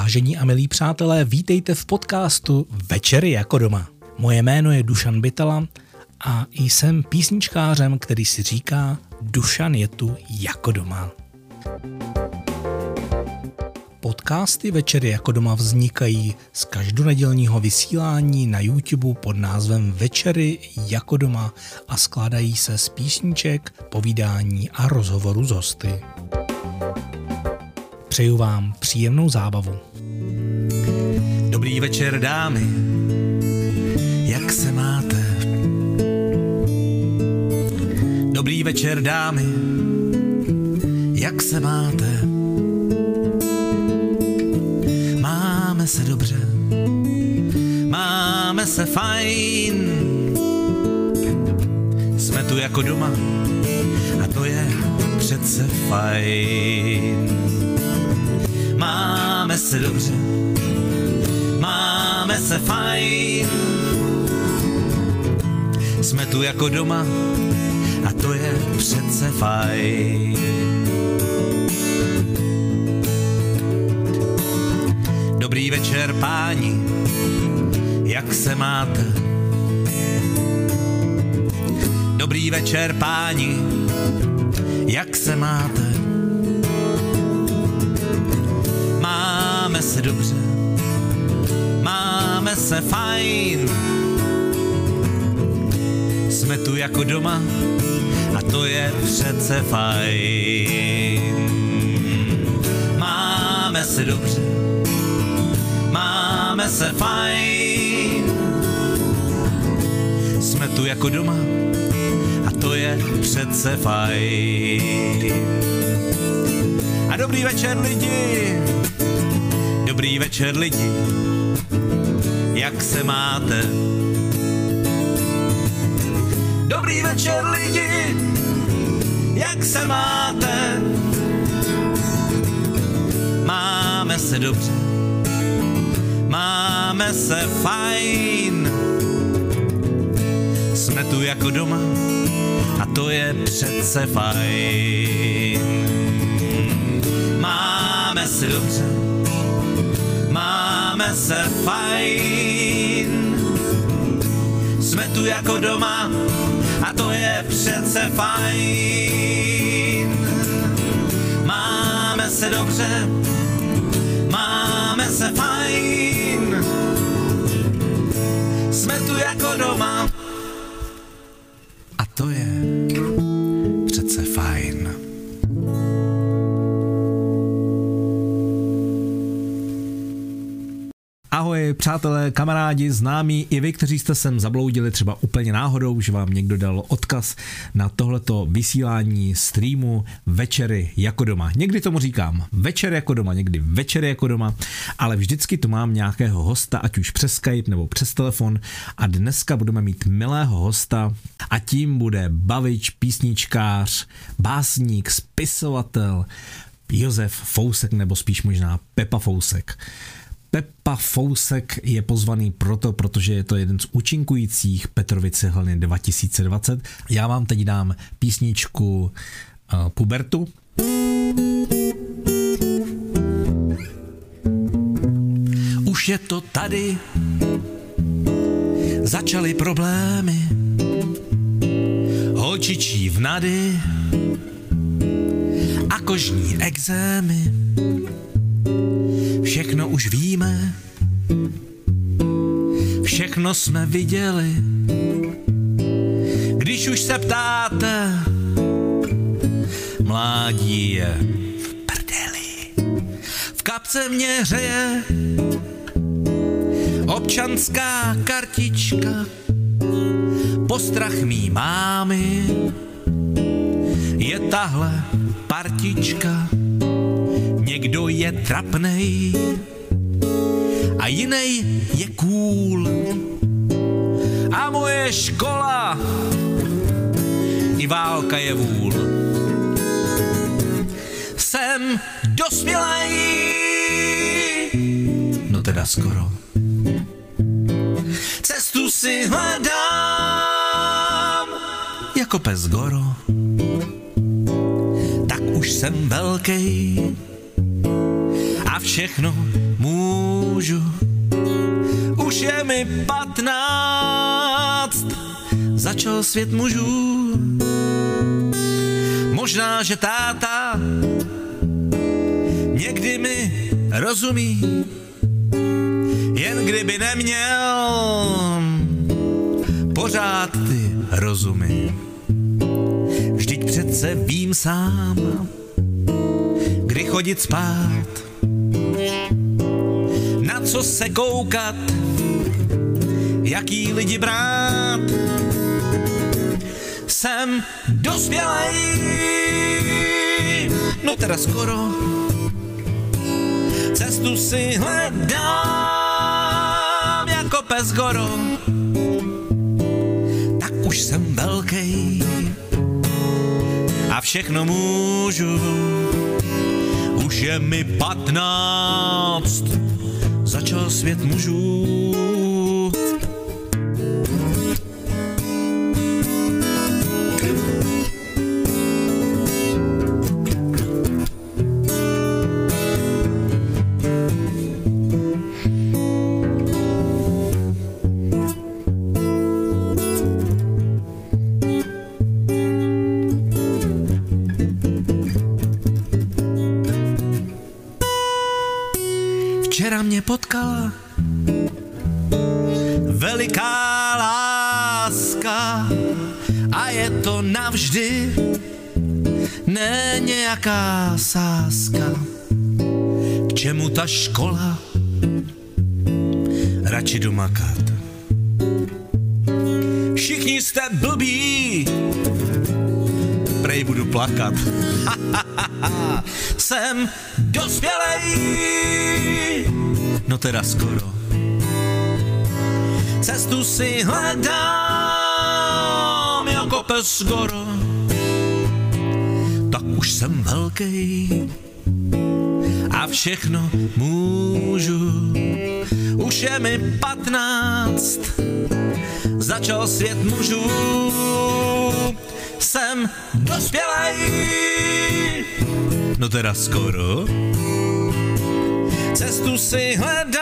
Vážení a milí přátelé, vítejte v podcastu Večery jako doma. Moje jméno je Dušan Bytala a jsem písničkářem, který si říká Dušan je tu jako doma. Podcasty Večery jako doma vznikají z každonedělního vysílání na YouTube pod názvem Večery jako doma a skládají se z písniček, povídání a rozhovorů s hosty. Přeju vám příjemnou zábavu. Dobrý večer, dámy, jak se máte? Dobrý večer, dámy, jak se máte? Máme se dobře, máme se fajn, jsme tu jako doma a to je přece fajn. Máme se dobře, máme se fajn, jsme tu jako doma a to je přece fajn. Dobrý večer, páni, jak se máte? Dobrý večer, páni, jak se máte? Máme se dobře, máme se fajn, jsme tu jako doma a to je přece fajn. Máme se dobře, máme se fajn, jsme tu jako doma a to je přece fajn. A dobrý večer, lidi, dobrý večer, lidi, jak se máte? Dobrý večer, lidi, jak se máte? Máme se dobře, máme se fajn, jsme tu jako doma a to je přece fajn. Máme se dobře, máme se fajn, jsme tu jako doma a to je přece fajn. Máme se dobře, máme se fajn, jsme tu jako doma a to je přece fajn. Ahoj přátelé, kamarádi, známí, i vy, kteří jste sem zabloudili třeba úplně náhodou, že vám někdo dal odkaz na tohleto vysílání streamu Večery jako doma. Někdy tomu říkám Večer jako doma, někdy Večery jako doma, ale vždycky tu mám nějakého hosta, ať už přes Skype nebo přes telefon, a dneska budeme mít milého hosta a tím bude bavič, písničkář, básník, spisovatel Josef Fousek, nebo spíš možná Pepa Fousek. Pepa Fousek je pozvaný protože je to jeden z účinkujících Petrovy cihelny 2020. Já vám teď dám písničku Pubertu. Už je to tady, začaly problémy, holčičí vnady a kožní ekzémy. Všechno už víme, všechno jsme viděli. Když už se ptáte, mládí je v prdeli. V kapse mě hřeje občanská kartička, postrach mý mámy je tahle partička. Někdo je trapnej a jinej je cool. A moje škola i válka je vůl. Jsem dospělej, no teda skoro. Cestu si hledám jako pes Goro. Tak už jsem velkej a a všechno můžu. Už je mi 15, začal svět mužů. Možná, že táta někdy mi rozumí, jen kdyby neměl pořád ty rozumy. Vždyť přece vím sám, kdy chodit spát, na co se koukat, jaký lidi brát. Jsem dospělej, no teda skoro, cestu si hledám jako pes Goro. Tak už jsem velkej a všechno můžu. Už je mi 15, začal svět mužů. Včera mě potkala veliká láska a je to navždy, ne nějaká sázka. K čemu ta škola, radši jdu makat. Všichni jste blbí, prej budu plakat. Jsem dospělej, no teda skoro, cestu si hledám jako pes Goro. Tak už jsem velkej a všechno můžu. Už je mi 15, začal svět mužů. Jsem dospělej, no teda skoro, cestu si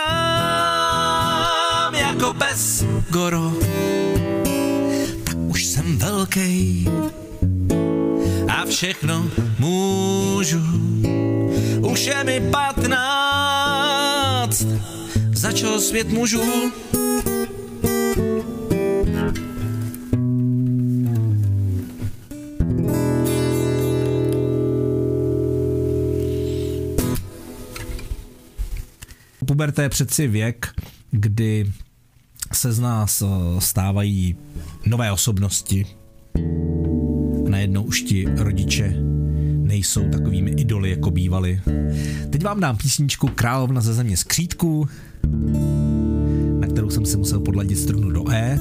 hledám jako pes Goro. Tak už jsem velkej a všechno můžu. Už je mi 15, začal svět mužů. Puberta je přeci věk, kdy se z nás stávají nové osobnosti. Najednou už ti rodiče nejsou takovými idoly, jako bývali. Teď vám dám písničku Královna ze země skřítků, na kterou jsem si musel podladit strunu do E.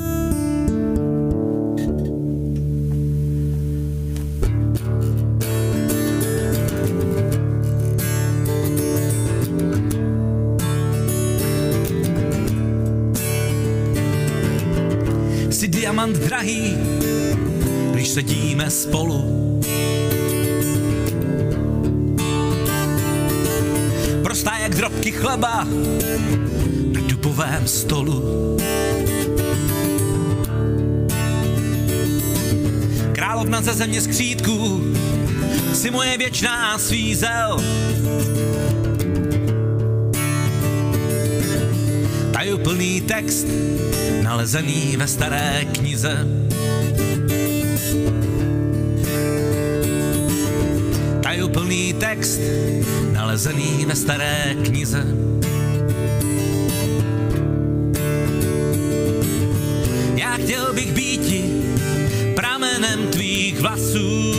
Jsi diamant drahý, když sedíme spolu. Prostá jak drobky chleba na dupovém stolu. Královna ze země skřítků, jsi moje věčná svízel. Tajuplný text nalezený ve staré knize. Tajuplný text nalezený ve staré knize. Já chtěl bych býti pramenem tvých vlasů.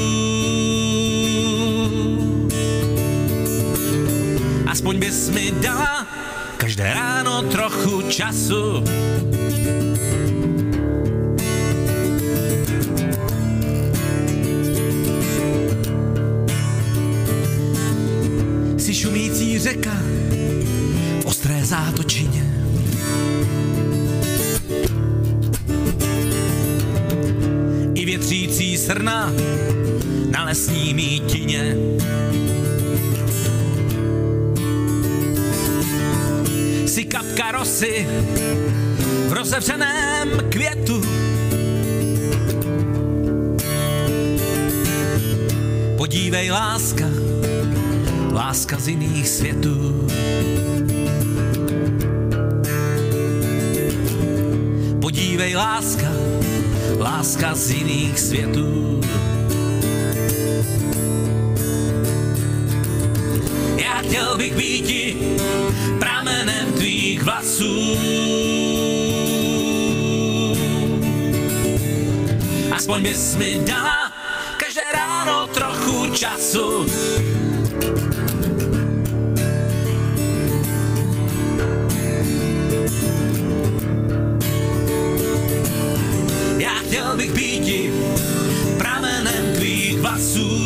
Aspoň bys mi dala každé ráno trochu času. Jsi šumící řeka v ostré zátočině. I větřící srna na lesní mítině. karosy v rozevřeném květu. Podívej, láska, láska z jiných světů. Podívej, láska, láska z jiných světů. Já chtěl bych býti pramenem tvých vlasů. Aspoň bys mi dala každé ráno trochu času. Já chtěl bych býti pramenem tvých vlasů.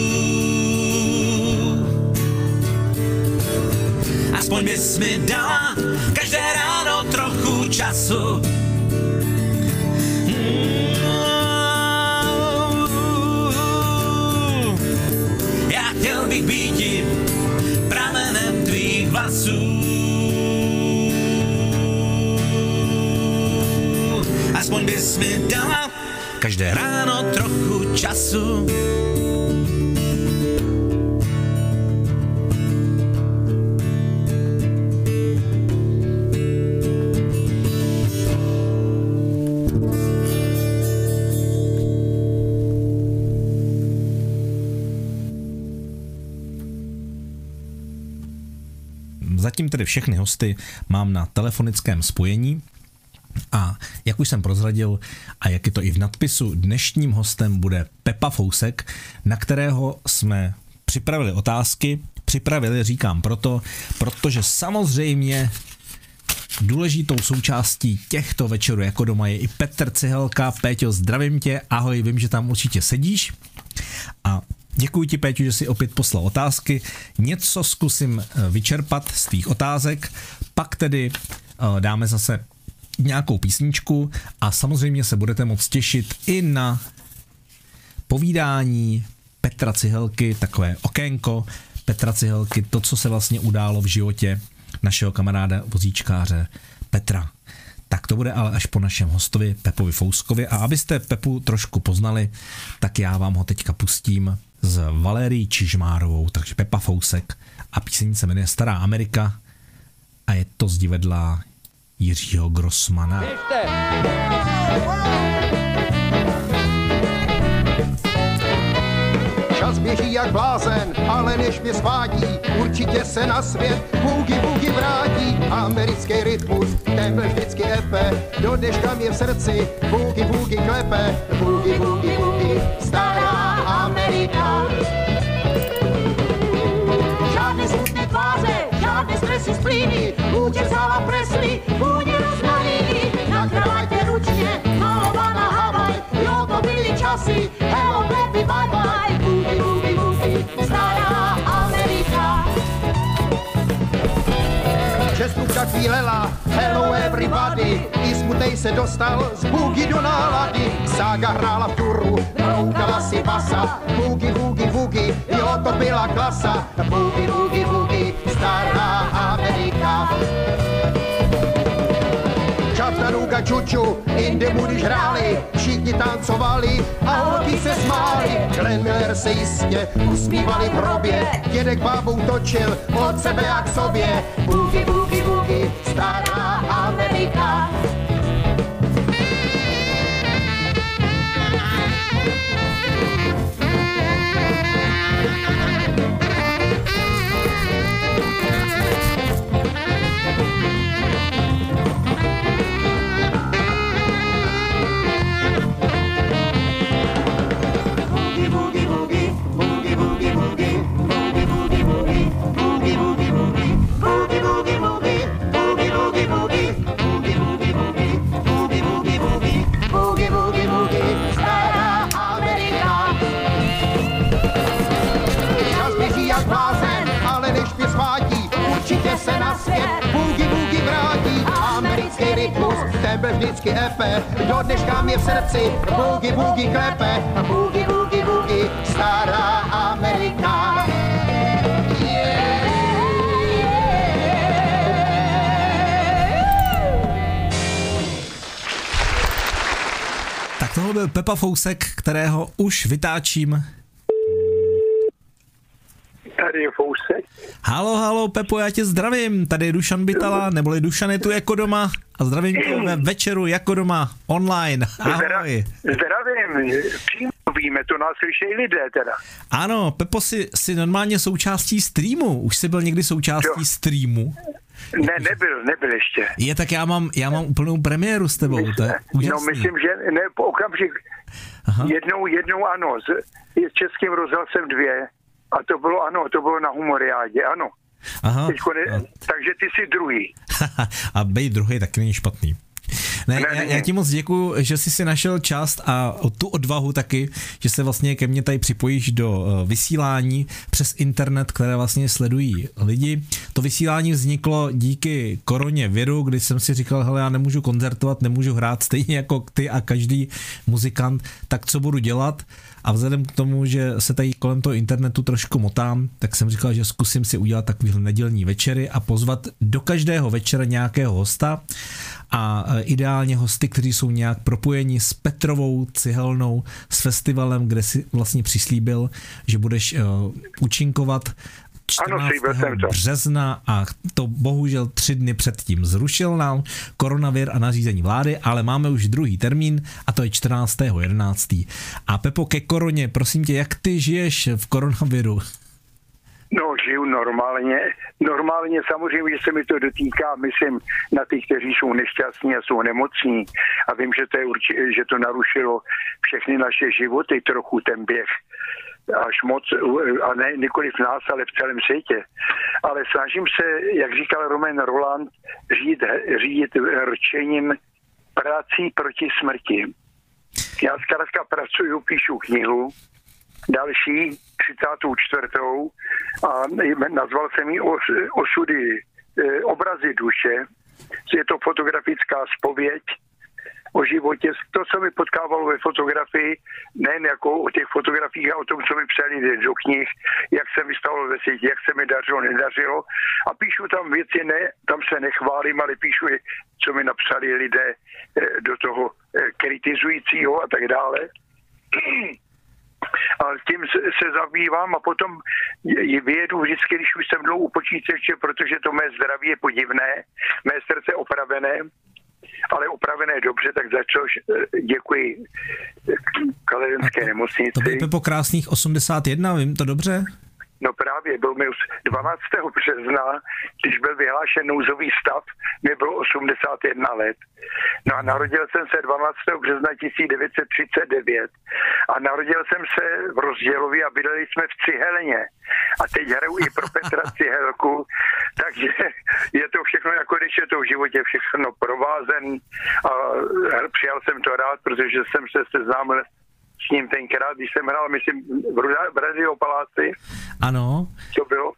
Aspoň bys mi dala každé ráno trochu času. Já chtěl bych býti pramenem tvých vlasů. Aspoň bys mi dala každé ráno trochu času. Zatím tedy všechny hosty mám na telefonickém spojení a jak už jsem prozradil a jak je to i v nadpisu, dnešním hostem bude Pepa Fousek, na kterého jsme připravili otázky. Připravili, říkám protože samozřejmě důležitou součástí těchto večerů jako doma je i Petr Cihelka. Péťo, zdravím tě, ahoj, vím, že tam určitě sedíš a děkuji ti, Péťo, že jsi opět poslal otázky. Něco zkusím vyčerpat z tvých otázek, pak tedy dáme zase nějakou písničku a samozřejmě se budete moct těšit i na povídání Petra Cihelky, takové okénko Petra Cihelky, to, co se vlastně událo v životě našeho kamaráda vozíčkáře Petra. Tak to bude ale až po našem hostovi Pepovi Fouskovi a abyste Pepu trošku poznali, tak já vám ho teďka pustím s Valérií Čižmárovou, takže Pepa Fousek a píseň se jmenuje Stará Amerika a je to z divadla Jiřího Grossmana. Čas běží jak blázen, ale než mě svádí, určitě se na svět boogie boogie vrátí. Americký rytmus, ten byl vždycky epe, do dneška mě v srdci boogie boogie klepe. Boogie boogie boogie, stará Amerika. Žádné smutné tváře, žádné stresy z plíny, vůně vzala Presley, vůně rozmaliny. Na kravátě ručně, malovaná Havaj, jo to byly časy, hello baby bye bye. Boogie boogie boogie, stará Amerika. Čestůvka chvílela, hello everybody, i smutnej se dostal z boogie do nálady. Sága hrála v turu, roukala si basa, boogie boogie boogie, jo to byla klasa. Boogie boogie boogie, stará Amerika. Chattanooga čuču, Indemu když hráli, všichni tancovali a holky se smáli. Glenn Miller se jistě usmívali v hrobě, dědek bábou točil od sebe jak sobě. Boogie boogie boogie, stará Amerika. Se na svět boogie boogie vrátí. Americký rytmus, ten byl vždycky epe, do dneška mě v srdci boogie boogie klepe. Boogie boogie boogie, stará Amerika. Yeah, yeah, toho byl Pepa Fousek, kterého už vytáčím. Tady je Fousek. Halo, Pepo, já tě zdravím. Tady je Dušan Bytala, neboli Dušan je tu jako doma a zdravím tě ve večeru jako doma online. Ahoj. Zdravím. Čím víme, to nás slyšejí lidé teda. Ano, Pepo, jsi normálně součástí streamu. Už jsi byl někdy součástí streamu? Ne, nebyl ještě. Je, tak já mám úplnou premiéru s tebou, to je úžasný. No myslím, že ne, po okamžik. Jednou ano, s Českým rozhlasem 2. A to bylo na Humoriádě, ano. Aha. Takže ty jsi druhý. A být druhý taky není špatný. Já ti moc děkuju, že jsi si našel čas a tu odvahu taky, že se vlastně ke mně tady připojíš do vysílání přes internet, které vlastně sledují lidi. To vysílání vzniklo díky koroně viru, kdy jsem si říkal, hele, já nemůžu koncertovat, nemůžu hrát stejně jako ty a každý muzikant, tak co budu dělat? A vzhledem k tomu, že se tady kolem toho internetu trošku motám, tak jsem říkal, že zkusím si udělat takovýhle nedělní večery a pozvat do každého večera nějakého hosta a ideálně hosty, kteří jsou nějak propojeni s Petrovou cihelnou, s festivalem, kde si vlastně přislíbil, že budeš účinkovat 14. března a to bohužel 3 dny předtím zrušil nám koronavir a nařízení vlády, ale máme už druhý termín a to je 14.11. A Pepo, ke koroně, prosím tě, jak ty žiješ v koronaviru? No, žiju normálně samozřejmě, že se mi to dotýká, myslím, na ty, kteří jsou nešťastní a jsou nemocní a vím, že to narušilo všechny naše životy, trochu ten běh až moc, a ne nikoli v nás, ale v celém světě. Ale snažím se, jak říkal Romain Rolland, řídit rčením prací proti smrti. Já zkrátka pracuju, píšu knihu, další 34. a nazval jsem ji Osudy, obrazy duše. Je to fotografická zpověď o životě. To, co mi potkávalo ve fotografii, nejen jako o těch fotografiích a o tom, co mi psali do knih, jak se mi stalo ve světě, jak se mi dařilo, nedařilo. A píšu tam věci, tam se nechválím, ale píšu, co mi napsali lidé do toho kritizujícího a tak dále. A tím se zabývám a potom vyjedu vždycky, když už jsem dlouho u počítače, protože to mé zdraví je podivné, mé srdce opravené, ale opravené dobře, tak za což děkuji Kladenské nemocnici. To bylo Pepo krásných 81, vím to dobře? No právě, byl mi 12. března, když byl vyhlášen nouzový stav, mi bylo 81 let. No a narodil jsem se 12. března 1939 a narodil jsem se v Rozdělově a bydleli jsme v Cihelně. A teď hraju i pro Petra Cihelku, takže je to všechno, jako když je to v životě všechno provázen a přijal jsem to rád, protože jsem se seznámil s ním tenkrát, když jsem hrál, myslím, v Radio Paláci. Ano. To bylo?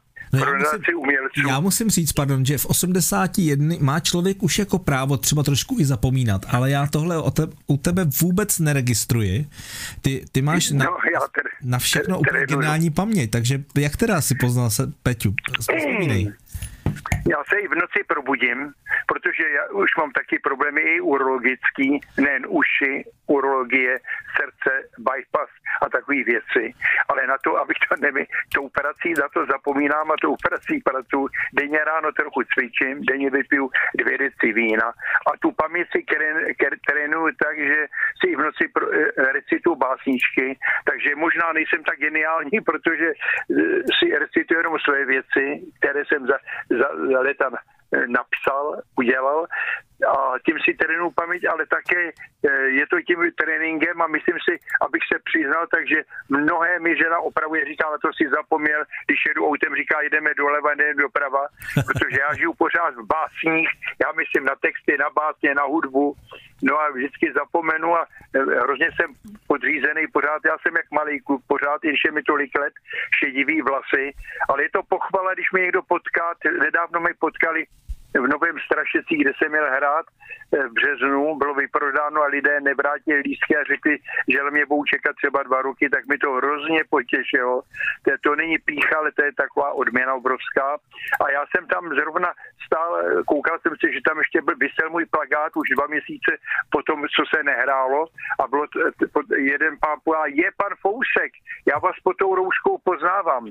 Já musím říct, pardon, že v 81 má člověk už jako právo třeba trošku i zapomínat, ale já tohle u tebe vůbec neregistruji. Ty máš na všechno úplně geniální paměť, takže jak teda si poznal se Peťu? Vzpomínej. Já se i v noci probudím, protože já už mám taky problémy i urologický, nejen uši, urologie, srdce, bypass a takové věci. Ale na to, abych to tou prací na to zapomínám a tou prací pracuji. Denně ráno trochu cvičím, denně vypiju 2 deci vína a tu paměť si trénuju tak, že si i v noci recituju básničky, takže možná nejsem tak geniální, protože si recituju jenom své věci, které jsem za leta napsal, udělal a tím si trénuju paměť, ale také je to tím tréninkem a myslím si, abych se přiznal, takže mnohé mi žena opravuje, říká, na to si zapomněl, když jedu autem, říká, jdeme doleva, jdeme doprava, protože já žiju pořád v básních, já myslím na texty, na básně, na hudbu, no a vždycky zapomenu a hrozně jsem podřízený pořád, já jsem jak malý kluk pořád, když je mi tolik let, šedivý vlasy, ale je to pochvala, když mě někdo potká, nedávno mi potkali v Novém Strašecí, kde jsem měl hrát v březnu, bylo vyprodáno a lidé nevrátili lístky a řekli, že mě budou čekat třeba 2 roky, tak mi to hrozně potěšilo. To není pýcha, ale to je taková odměna obrovská. A já jsem tam zrovna stál, koukal jsem si, že tam ještě vysel můj plakát už 2 měsíce po tom, co se nehrálo a bylo jeden pán povedal, je pan Fousek, já vás pod tou rouškou poznávám.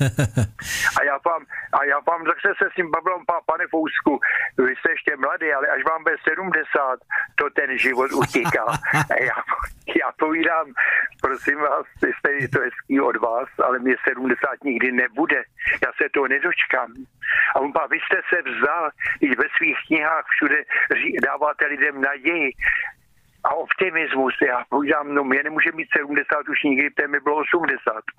A já vám zase se s ním bavil, pane Fousku, vy jste ještě mladý, ale až vám bude 70, to ten život utíká. A já povídám, prosím vás, je to hezký od vás, ale mě 70 nikdy nebude. Já se toho nedočkám. A on vy jste se vzdal, i ve svých knihách všude dáváte lidem naději a optimismus. Já povídám, no mě nemůže mít 70 už nikdy, to mi bylo 80.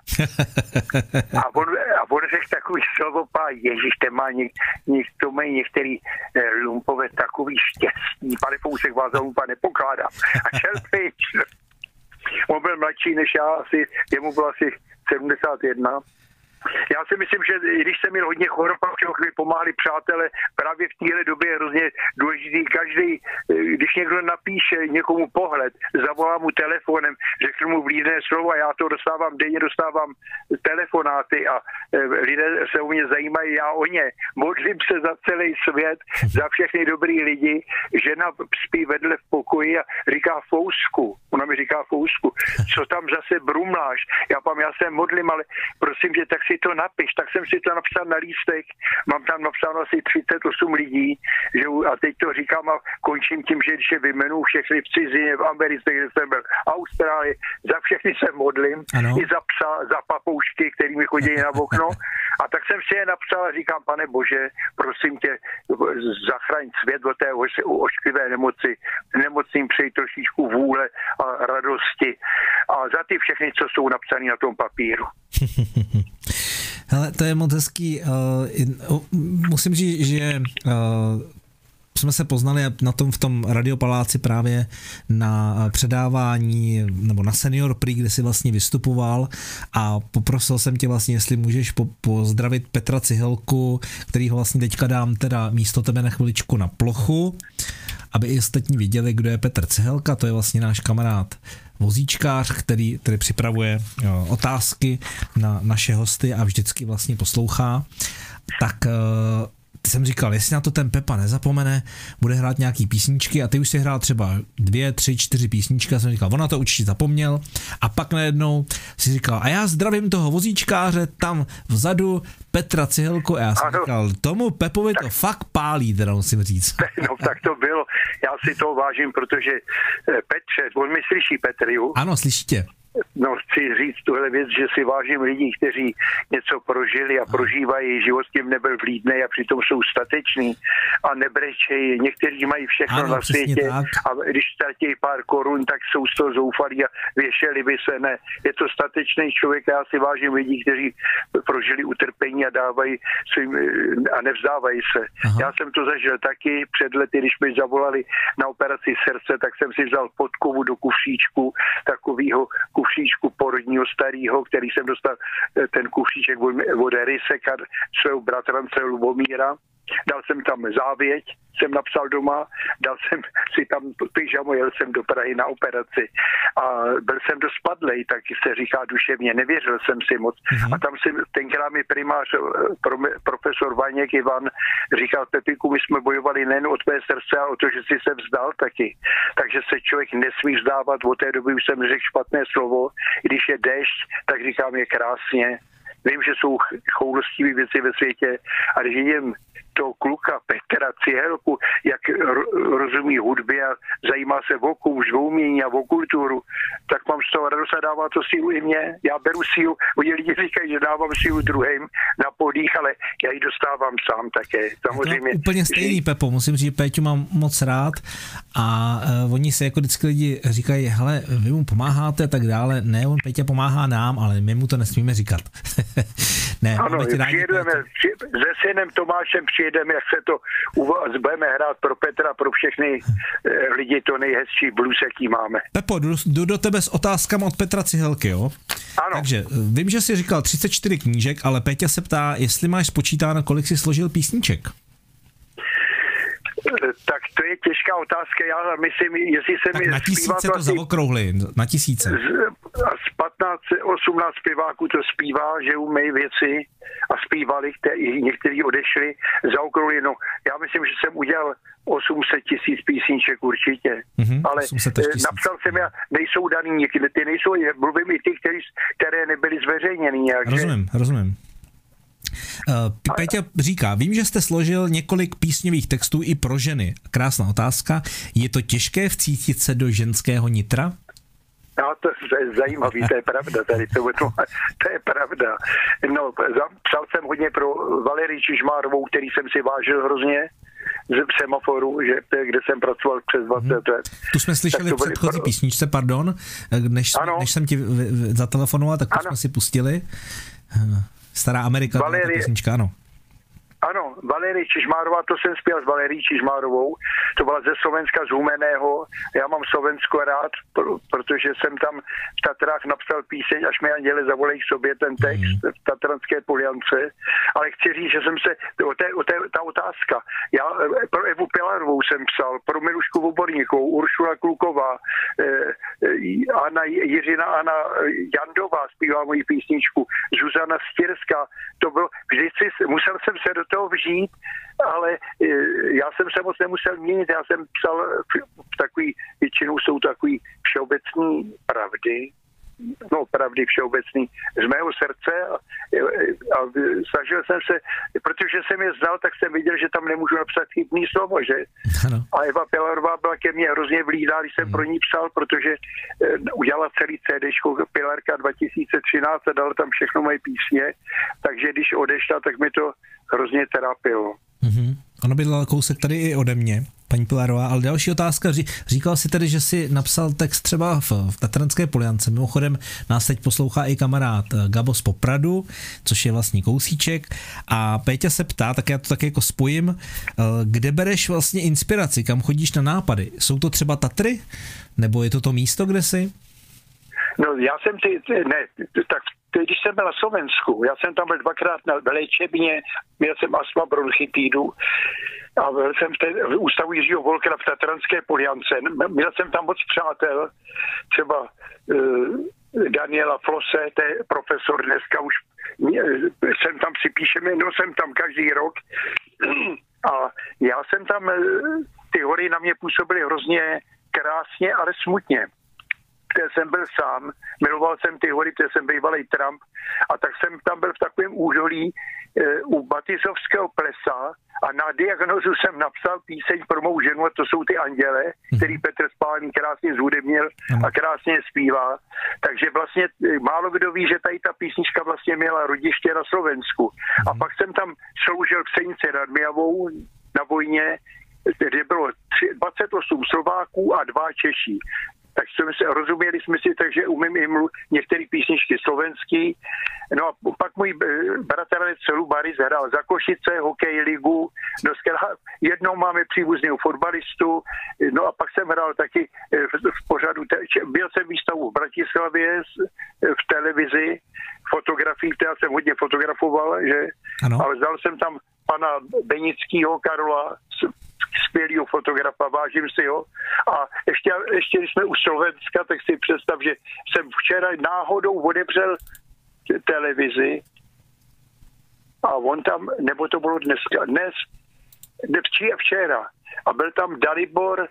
A on řekl takový slovo, ježiš, to mají některý lumpové takový štěstí. Pane Fousek, vás za lumpa nepokládám. A šel pryč. On byl mladší než já, jemu bylo asi 71. Já si myslím, že když jsem měl hodně chorob, mi pomáhali přátelé, právě v téhle době je hrozně důležitý. Každý, když někdo napíše někomu pohled, zavolá mu telefonem, řeknu mu vlídné slovo a já to denně dostávám telefonáty a lidé se o mě zajímají, já o ně. Modlím se za celý svět, za všechny dobrý lidi. Žena spí vedle v pokoji a říká Fousku. Ona mi říká Fousku, co tam zase brumláš? Já se modlím, ale prosím, že tak si to napiš, tak jsem si to napsal na lístek, mám tam napsáno asi 38 lidí, že, a teď to říkám a končím tím, že když je vyjmenuji všechny v cizině, v Americe, kde jsem byl, Austrálii, za všechny se modlím, ano. I za psa, za papoušky, který mi chodí na okno, a tak jsem si je napsal a říkám, pane Bože, prosím tě, zachraň svět od té ošklivé nemoci, nemocným přeji trošičku vůle a radosti a za ty všechny, co jsou napsané na tom papíru. Hele, to je moc hezký. Musím říct, že jsme se poznali v tom Radiopaláci právě na předávání nebo na Senior Prix, kde si vlastně vystupoval a poprosil jsem tě vlastně, jestli můžeš pozdravit Petra Cihelku, kterýho vlastně teďka dám teda místo tebe na chviličku na plochu, aby i ostatní viděli, kdo je Petr Cihelka, to je vlastně náš kamarád vozíčkář, který připravuje otázky na naše hosty a vždycky vlastně poslouchá. Tak jsem říkal, jestli na to ten Pepa nezapomene, bude hrát nějaký písničky a ty už si hrál třeba 2, 3, 4 písničky a jsem říkal, ona to určitě zapomněl a pak najednou si říkal, a já zdravím toho vozíčkáře tam vzadu, Petra Cihelku, a já jsem říkal, tomu Pepovi to fakt pálí, teda musím říct. No tak to bylo, já si to vážím, protože Petře, on mi slyší, Petr, jo? Ano, slyšíte. No, chci říct tuhle věc, že si vážím lidí, kteří něco prožili a prožívají, život tím nebyl vlídnej a přitom jsou stateční a nebrečejí. Někteří mají všechno na světě tak. A když ztratí pár korun, tak jsou z toho zoufalí a věšeli by se. Ne, je to statečný člověk a já si vážím lidí, kteří prožili utrpení a dávají svým a nevzdávají se. Aha. Já jsem to zažil taky před lety, když mi zavolali na operaci srdce, tak jsem si vzal podkovu do kufříčku takovýho kufříčku porodního starého, který jsem dostal ten kufříček od Ryseka, svého bratrance Lubomíra. Dal jsem tam závěť, jsem napsal doma, dal jsem si tam pyžamo, jel jsem do Prahy na operaci a byl jsem dost padlej, tak se říká duševně, nevěřil jsem si moc. A tam si tenkrát mi primář, profesor Vaněk Ivan, říkal, Pepiku, my jsme bojovali nejen o tvé srdce, ale o to, že jsi se vzdal taky. Takže se člověk nesmí vzdávat, od té doby už jsem řekl špatné slovo, když je déšť, tak říkám, je krásně. Vím, že jsou choulostivé věci ve světě, ale když vidím toho kluka Petra Cihelku, jak rozumí hudbě a zajímá se o kouř, o umění a o kulturu, tak mám z toho radost a dává to sílu i mě. Já beru sílu, oni lidi říkají, že dávám sílu druhým na podých, ale já ji dostávám sám také. Samozřejmě. To úplně stejný, Pepo, musím říct, Péťu mám moc rád a oni se jako vždycky lidi říkají, hele, vy mu pomáháte a tak dále. Ne, on Péťa pomáhá nám, ale my mu to nesmíme říkat. Ne, ano, přijedeme se synem Tomášem, přijedeme, jak se to budeme hrát pro Petra, pro všechny lidi, to nejhezčí blues, jaký máme. Pepo, jdu do tebe s otázkama od Petra Cihelky, jo? Ano. Takže vím, že jsi říkal 34 knížek, ale Péťa se ptá, jestli máš spočítáno, kolik jsi složil písniček. Tak to je těžká otázka, já myslím, jestli se mi na tisíce to zaokrouhli, na tisíce. Z 15, 18 zpěváků to zpívá, že umějí věci a zpívali, někteří odešli, zaokrouhli, no já myslím, že jsem udělal 800 000 písniček určitě, ale napsal jsem já, nejsou daný, ty nejsou, mluvím i ty, které nebyly zveřejněny nějak. Rozumím. Péťa říká, vím, že jste složil několik písňových textů i pro ženy. Krásná otázka. Je to těžké vcítit se do ženského nitra? No, to je zajímavý, to je pravda tady, to je pravda. No, psal jsem hodně pro Valerii Čižmárovou, který jsem si vážil hrozně z Semaforu, kde jsem pracoval přes 20 let. Tu jsme slyšeli v předchozí písničce, pardon, než jsem ti zatelefonoval, tak to jsme si pustili. Stará Amerika, ta písnička, ano. Ano, Valerie Čižmárová, to jsem zpěl s Valerií Čižmárovou, to byla ze Slovenska, z Humenného. Já mám Slovensko rád, protože jsem tam v Tatrách napsal píseň, až mi anděle zavolají k sobě, ten text v Tatranské Poliance. Ale chci říct, že jsem se, ta otázka, já pro Evu Pilarovou jsem psal, pro Milušku Voborníkovou, Uršula Kluková, Jiřina Anna Jandová zpívá moji písničku, Zuzana Stěrská, to bylo, vždycky musel jsem se do toho vžít, ale já jsem se moc nemusel měnit, já jsem psal takový, většinou jsou takový všeobecný pravdy, pravdy všeobecný z mého srdce a snažil jsem se, protože jsem je znal, tak jsem viděl, že tam nemůžu napsat chybný slovo, že? Ano. A Eva Pilarová byla ke mně hrozně vlídná, když jsem pro ní psal, protože udělala celý CDčko Pilarka 2013 a dala tam všechno moje písně, takže když odešla, tak mi to hrozně trápilo. Ono bydlela kousek tady i ode mě, paní Pilarová, ale další otázka, říkal si tedy, že si napsal text třeba v Tatranské Poliance, mimochodem nás teď poslouchá i kamarád Gabo z Popradu, což je vlastní kousíček a Péťa se ptá, tak já to tak jako spojím, kde bereš vlastně inspiraci, kam chodíš na nápady, jsou to třeba Tatry, nebo je to místo, kde jsi? No já jsem když jsem byl na Slovensku, já jsem tam byl 2krát na léčebně, měl jsem astma, bronchitidu a byl jsem v ústavu Jiřího Volkera v Tatranské Poliance. Měl jsem tam moc přátel, třeba Daniela Flose, to je profesor, dneska už jsem tam připíšeme, no jsem tam každý rok a já jsem tam, ty hory na mě působily hrozně krásně, ale smutně. Kde jsem byl sám, miloval jsem ty hory, kde jsem bývalý Trump a tak jsem tam byl v takovém úžolí u Batizovského plesa a na diagnozu jsem napsal píseň pro mou ženu a to jsou ty Anděle, který Petr Spálný krásně zhudebnil a krásně zpívá. Takže vlastně málo kdo ví, že tady ta písnička vlastně měla rodiště na Slovensku. A pak jsem tam sloužil v Senici nad Myjavou na vojně, kde bylo 28 Slováků a 2 Češi. Tak rozuměli jsme si, takže umím i některé písničky slovenský. No a pak můj bratranec Lubaris hrál za Košice, hokej ligu, jednou máme příbuzného fotbalistu, no a pak jsem hrál taky v pořadu, byl jsem výstavu v Bratislavě v televizi, fotografii, která jsem hodně fotografoval, že? Ano. Ale vzal jsem tam pana Benickýho Karola, skvělýho fotografa, vážím si ho. A ještě když jsme u Slovenska, tak si představ, že jsem včera náhodou odebřel televizi a on tam, nebo to bylo včera, a byl tam Dalibor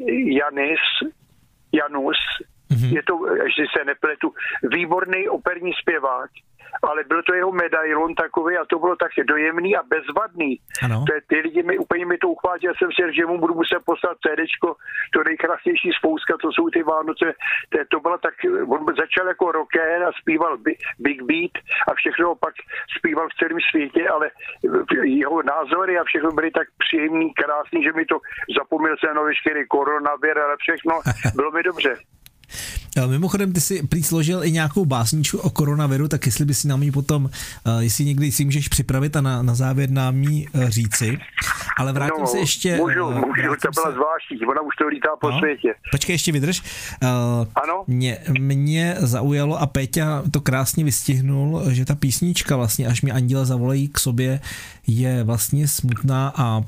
Janus, je to, že se nepletu, výborný operní zpěvák, ale byl to jeho medailon takový a to bylo tak dojemný a bezvadný. Ty lidi mi to uchvátili, já jsem si, že mu budu muset poslat CDčko, to nejkrásnější spouska, to jsou ty Vánoce. To bylo tak, on začal jako rocker a zpíval Big Beat a všechno pak zpíval v celém světě, ale jeho názory a všechno byly tak příjemný, krásný, že mi to zapomněl se na veškerý koronavir, ale všechno bylo mi dobře. Mimochodem, ty si prý složil i nějakou básničku o koronaviru, tak jestli by si nám ji potom, jestli někdy si můžeš připravit a na závěr nám ji říci. Ale vrátím se ještě... Můžu, to byla zvláštní, ona už to lítá po světě. Počkej, ještě vydrž. Ano? Mě zaujalo a Péťa to krásně vystihnul, že ta písnička vlastně, až mi anděle zavolají k sobě, je vlastně smutná a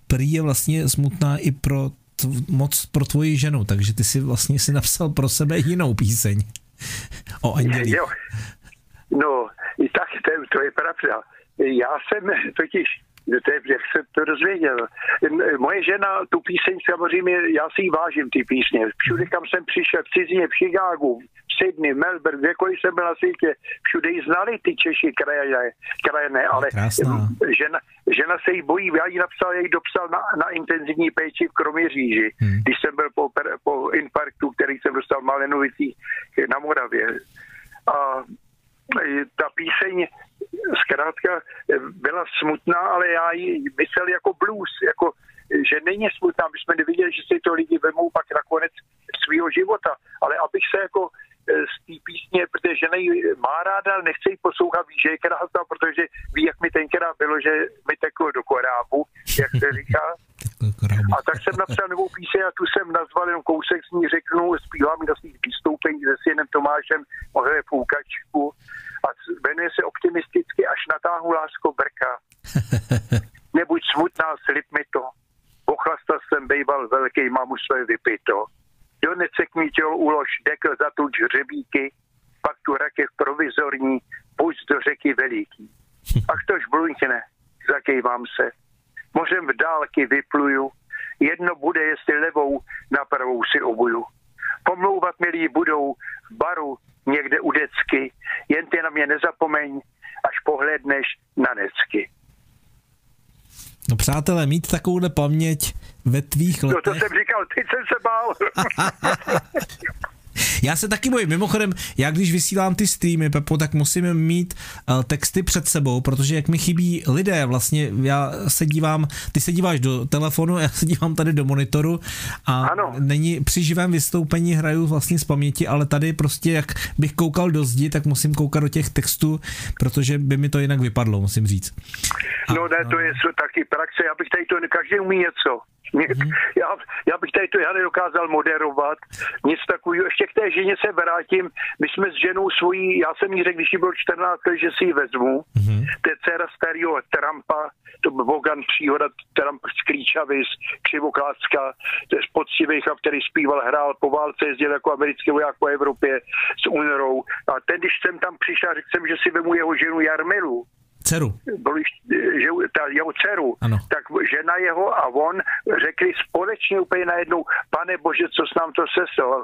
prý je vlastně smutná i moc pro tvoji ženu, takže ty si vlastně si napsal pro sebe jinou píseň o andělích. Jo. No, i tak to je pravda. Já jsem totiž, jak jsem to dozvěděl, moje žena tu píseň samozřejmě, já si ji vážím, ty písně. Všude, kam jsem přišel, v cizině, v Chicagu, v Sydney, Melbourne, kdekoliv jsem byl na světě, všude ji znali ty Češi krajané, ale žena se jí bojí, já jí dopsal na intenzivní péči v Kroměříži, když jsem byl po infarktu, který jsem dostal v Malenovicích na Moravě. A ta píseň zkrátka byla smutná, ale já ji myslel jako blues, jako, že není smutná, my jsme neviděli, že si to lidi vemou pak nakonec svýho života, ale abych se jako z té písně, protože žena ji má ráda, nechce ji poslouchat, ví, že je krásná, protože ví, jak mi tenkrát bylo, že mi teklo do korábu, jak se říká. A tak jsem napsal novou píseň a tu jsem nazval, jenom kousek z ní řeknu, zpívám na svých vystoupení se synem Tomášem Mohle Půkačku a jmenuje se optimisticky Až natáhnu lásko brka. Nebuď smutná, slib mi to. Ochlasta jsem bejval velký, mám už své vypito. Do necek mi tělo ulož, dekl zatuč hřebíky, pak tu rakev provizorní, půjď do řeky veliký. Ach tož bluňkne, zakejvám se. Mořem v dálky vypluju, jedno bude, jestli levou na pravou si obuju. Pomlouvat milí budou v baru někde u decky, jen ty na mě nezapomeň, až pohledneš na necky. No přátelé, mít takovouhle paměť ve tvých letech... No to jsem říkal, teď jsem se bál. Já se taky bojím. Mimochodem, já když vysílám ty streamy, Pepo, tak musím mít texty před sebou, protože jak mi chybí lidé, vlastně já se dívám, ty se díváš do telefonu, já se dívám tady do monitoru a ano. Není při živém vystoupení hraju vlastně z paměti, ale tady prostě jak bych koukal do zdi, tak musím koukat do těch textů, protože by mi to jinak vypadlo, musím říct. No ne, to je taky praxe, já bych tady to, každý umí něco. Já bych tady to nedokázal moderovat, nic takového. Ještě k té ženě se vrátím. My jsme s ženou svojí, já jsem jí řekl, když jí bylo 14 let, že si ji vezmu. To je dcera starého Trumpa, to byl Bogan příhoda, Trump z Klíčavis, Křivoklácka, to je poctivý chlap, který zpíval, hrál po válce, jezdil jako americký voják po Evropě s UNRou. A ten, když jsem tam přišel, řekl jsem, že si vemu jeho ženu Jarmilu. Dceru. Ta jeho dceru, ano. Tak žena jeho a on řekli společně úplně najednou, pane bože, co s nám to seslo.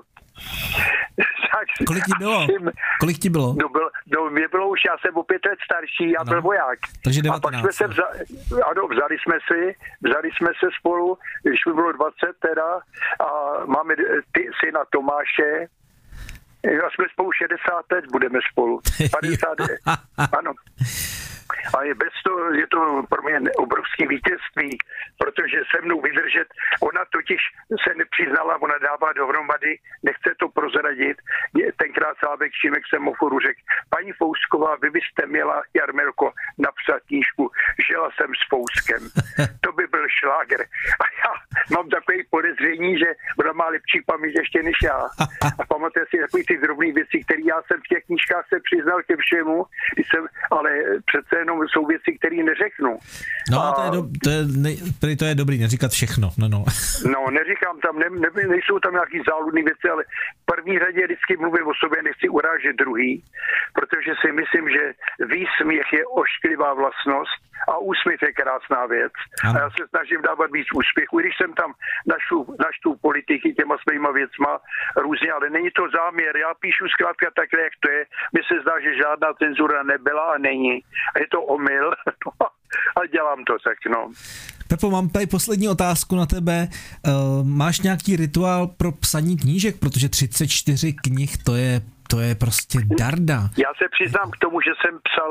Kolik ti bylo? No, mě bylo už, já jsem o 5 let starší, já byl voják. Takže 19. A pak jsme se vzali jsme se spolu, když mi bylo 20 teda, a máme syna Tomáše, a jsme spolu 60 let, budeme spolu. 50, ano. A je to pro mě obrovské vítězství, protože se mnou vydržet, ona totiž se nepřiznala, ona dává dohromady, nechce to prozradit. Tenkrát Slávek Šimek semaforu řekl, paní Fousková, vy byste měla, Jarmelko, napsat knížku Žila jsem s Fouskem. To by byl šláger. A já mám takové podezření, že ona má lepší paměť ještě než já. A pamatuje si takové ty drobné věci, které já jsem v těch knížkách se přiznal ke všemu, ale přece jenom jsou věci, které neřeknu. No, to je dobrý, neříkat všechno. No, neříkám tam, nejsou tam nějaký záludné věci, ale v první řadě vždycky mluvím o sobě, nechci urážet druhý, protože si myslím, že výsměch je ošklivá vlastnost a úsměv je krásná věc. Ano. A já se snažím dávat víc úspěchu, když jsem tam naštu politiky těma svýma věcma různě, ale není to záměr. Já píšu zkrátka takhle, jak to je. Mně se zdá, že žádná cenzura nebyla a není. A je to omyl. A dělám to tak, no. Pepo, mám tady poslední otázku na tebe. Máš nějaký rituál pro psaní knížek? Protože 34 knih, to je prostě darda. Já se přiznám k tomu, že jsem psal,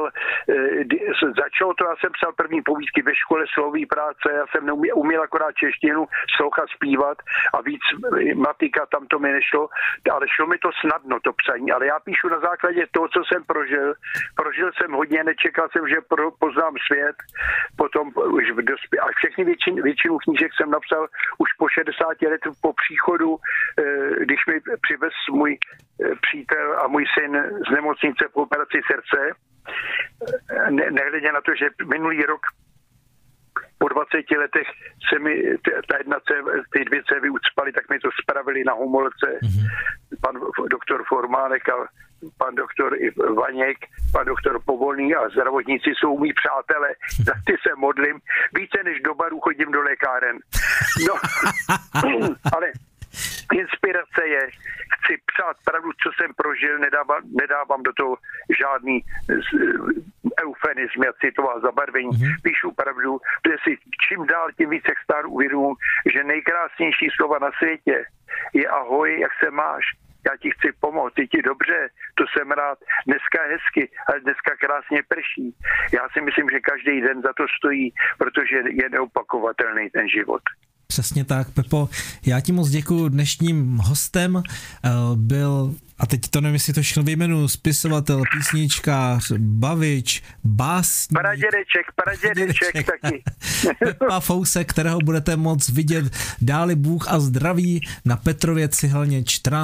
já jsem psal první povídky ve škole, slovní práce, já jsem uměl akorát češtinu, slocha zpívat a víc matika, tam to mi nešlo, ale šlo mi to snadno, to psaní, ale já píšu na základě toho, co jsem prožil. Prožil jsem hodně, nečekal jsem, že poznám svět, potom už a většinu knížek jsem napsal už po 60 let po příchodu, když mi přivez můj přítel a můj syn z nemocnice po operaci srdce. Nehledě na to, že minulý rok po 20 letech se mi ty dvě cévy ucpaly, tak mi to spravili na Homolce. Pan doktor Formánek a pan doktor Vaněk, pan doktor Povolný a zdravotníci jsou mý přátelé, za ty se modlím. Více než do baru chodím do lékáren. No, ale inspirace je, chci psát pravdu, co jsem prožil, nedávám do toho žádný eufemism, citová zabarvení, píšu pravdu, protože si čím dál tím více stále uvědomuji, že nejkrásnější slova na světě je ahoj, jak se máš, já ti chci pomoct, je ti dobře, to jsem rád, dneska je hezky, ale dneska krásně prší. Já si myslím, že každý den za to stojí, protože je neopakovatelný ten život. Přesně tak, Pepo. Já ti moc děkuju. Dnešním hostem byl, a teď to nevím, jestli to všechno vyjmenuji, spisovatel, písničkář, bavič, básník. Paradědeček taky. Pepa Fousek, kterého budete moc vidět, dáli Bůh a zdraví na Petrově Cihelně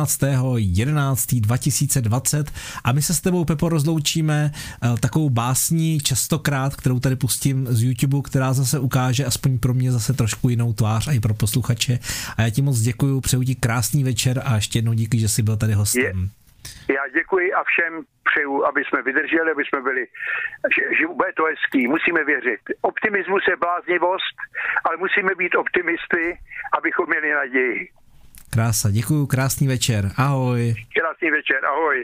14.11.2020. A my se s tebou, Pepo, rozloučíme takovou básní častokrát, kterou tady pustím z YouTube, která zase ukáže aspoň pro mě zase trošku jinou tvář a i pro posluchače. A já ti moc děkuju, přeju ti krásný večer a ještě jednou díky, že jsi byl tady hostem. Já děkuji a všem přeju, aby jsme vydrželi, aby jsme byli, že bude to hezký, musíme věřit. Optimismus je bláznivost, ale musíme být optimisty, abychom měli naději. Krása, děkuju, krásný večer, ahoj. Krásný večer, ahoj.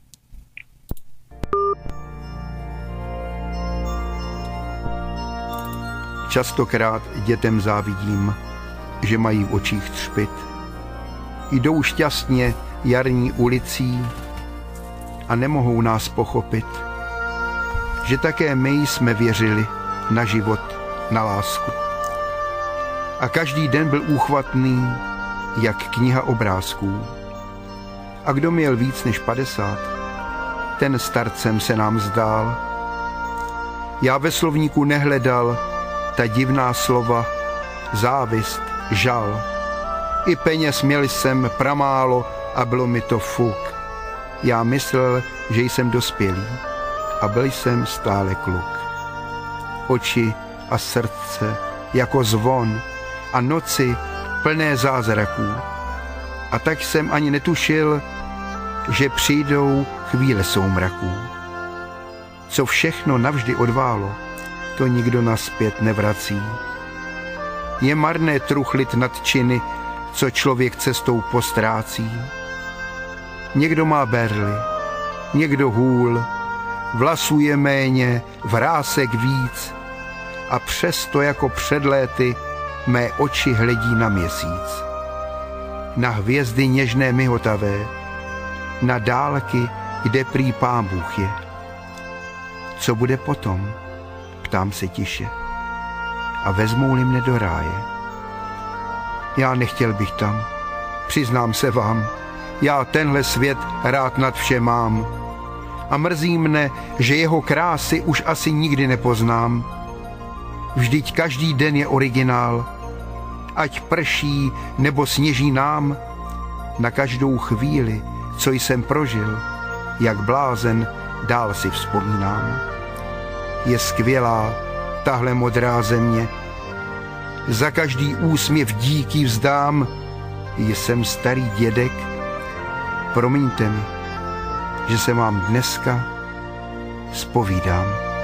Častokrát dětem závidím, že mají v očích třpyt. Jdou šťastně jarní ulicí a nemohou nás pochopit, že také my jsme věřili na život, na lásku. A každý den byl úchvatný, jak kniha obrázků. A kdo měl víc než 50, ten starcem se nám zdál. Já ve slovníku nehledal ta divná slova, závist, žal. I peněz měl jsem pramálo a bylo mi to fuk. Já myslel, že jsem dospělý a byl jsem stále kluk. Oči a srdce jako zvon a noci plné zázraků. A tak jsem ani netušil, že přijdou chvíle soumraků. Co všechno navždy odválo, to nikdo nazpět nevrací. Je marné truchlit nad činy, co člověk cestou postrácí. Někdo má berly, někdo hůl, vlasů je méně, vrásek víc a přesto jako před léty mé oči hledí na měsíc. Na hvězdy něžné mihotavé, na dálky, kde prý Pán Bůh je. Co bude potom? Ptám se tiše. A vezmou-li mne do ráje? Já nechtěl bych tam, přiznám se vám, já tenhle svět rád nad vše mám. A mrzí mne, že jeho krásy už asi nikdy nepoznám. Vždyť každý den je originál, ať prší nebo sněží nám. Na každou chvíli, co jsem prožil, jak blázen dál si vzpomínám. Je skvělá tahle modrá země, za každý úsměv díky vzdám. Jsem starý dědek, promiňte mi, že se vám dneska zpovídám.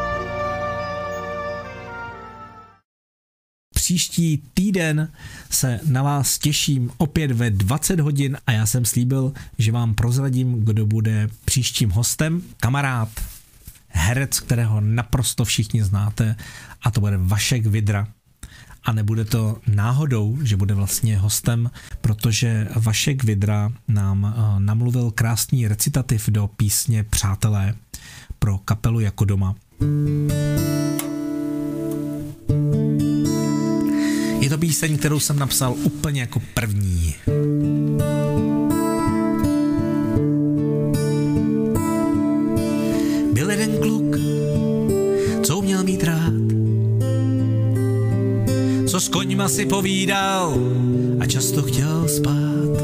Příští týden se na vás těším opět ve 20 hodin a já jsem slíbil, že vám prozradím, kdo bude příštím hostem. Kamarád, herec, kterého naprosto všichni znáte, a to bude Vašek Vidra. A nebude to náhodou, že bude vlastně hostem, protože Vašek Vidra nám namluvil krásný recitativ do písně Přátelé pro kapelu Jako doma. Je to píseň, kterou jsem napsal úplně jako první. Byl jeden kluk, co uměl mít rád, co s koňma si povídal a často chtěl spát.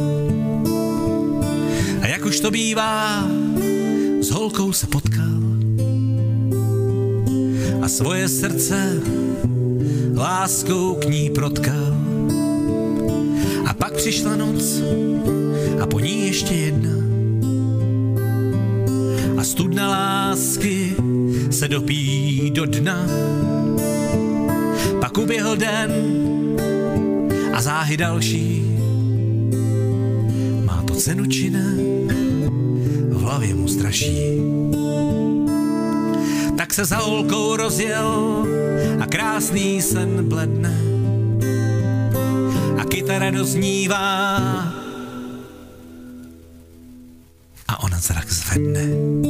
A jak už to bývá, s holkou se potkal a svoje srdce láskou k ní protkal. A pak přišla noc a po ní ještě jedna. A studna lásky se dopí do dna. Pak uběhl den a záhy další. Má to cenu či ne? V hlavě mu straší. Tak se za holkou rozjel a krásný sen bledne. A kytara doznívá a ona zrak zvedne.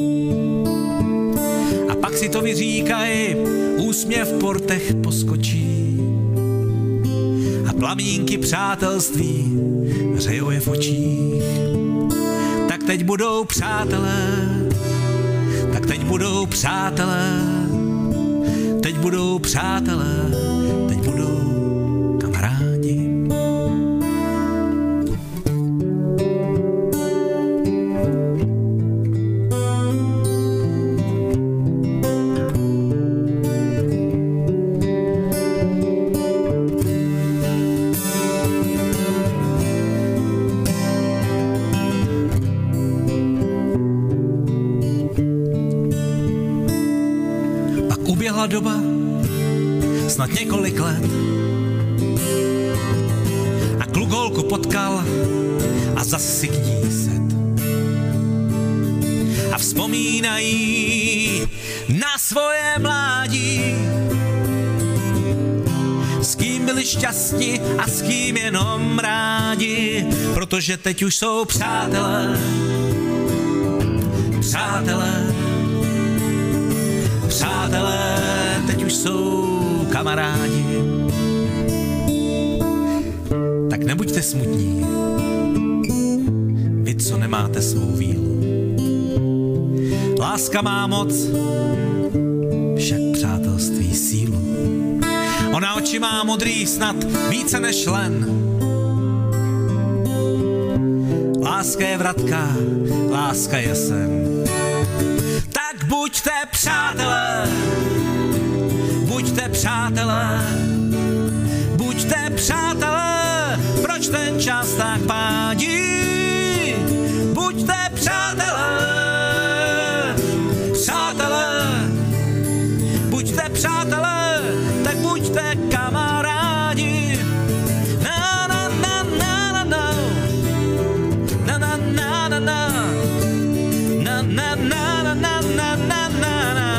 A pak si to vyříkaj, úsměv v portech poskočí. A plamínky přátelství hřejou je v očích. Tak teď budou přátelé, tak teď budou přátelé, teď budou přátelé, teď budou kamarádi. Uběhla doba, snad několik let. A kluk holku potkal a zas si k ní set. A vzpomínají na svoje mládí. S kým byli šťastní a s kým jenom rádi. Protože teď už jsou přátelé. Přátelé. Přátelé, teď už jsou kamarádi. Tak nebuďte smutní, vy, co nemáte svou vílu. Láska má moc, však přátelství sílu. Ona oči má modrý snad více než len. Láska je vratka, láska je sen. Tak buďte přátelé, buďte přátelé, buďte přátelé, proč ten čas tak pádí? Buďte přátelé, přátelé, buďte přátelé, tak buďte kamarádi. Na na na na na na, na na na na na, na na na na na na.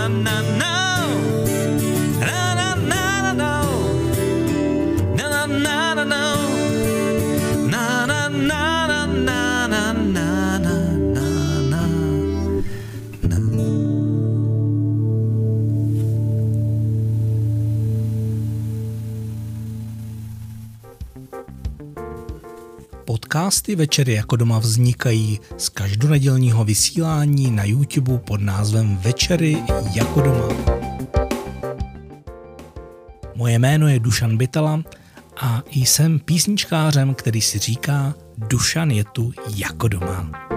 Podcasty Večery jako doma vznikají z každonedělního vysílání na YouTube pod názvem Večery jako doma. Moje jméno je Dušan Bytala a jsem písničkářem, který si říká Dušan je tu jako doma.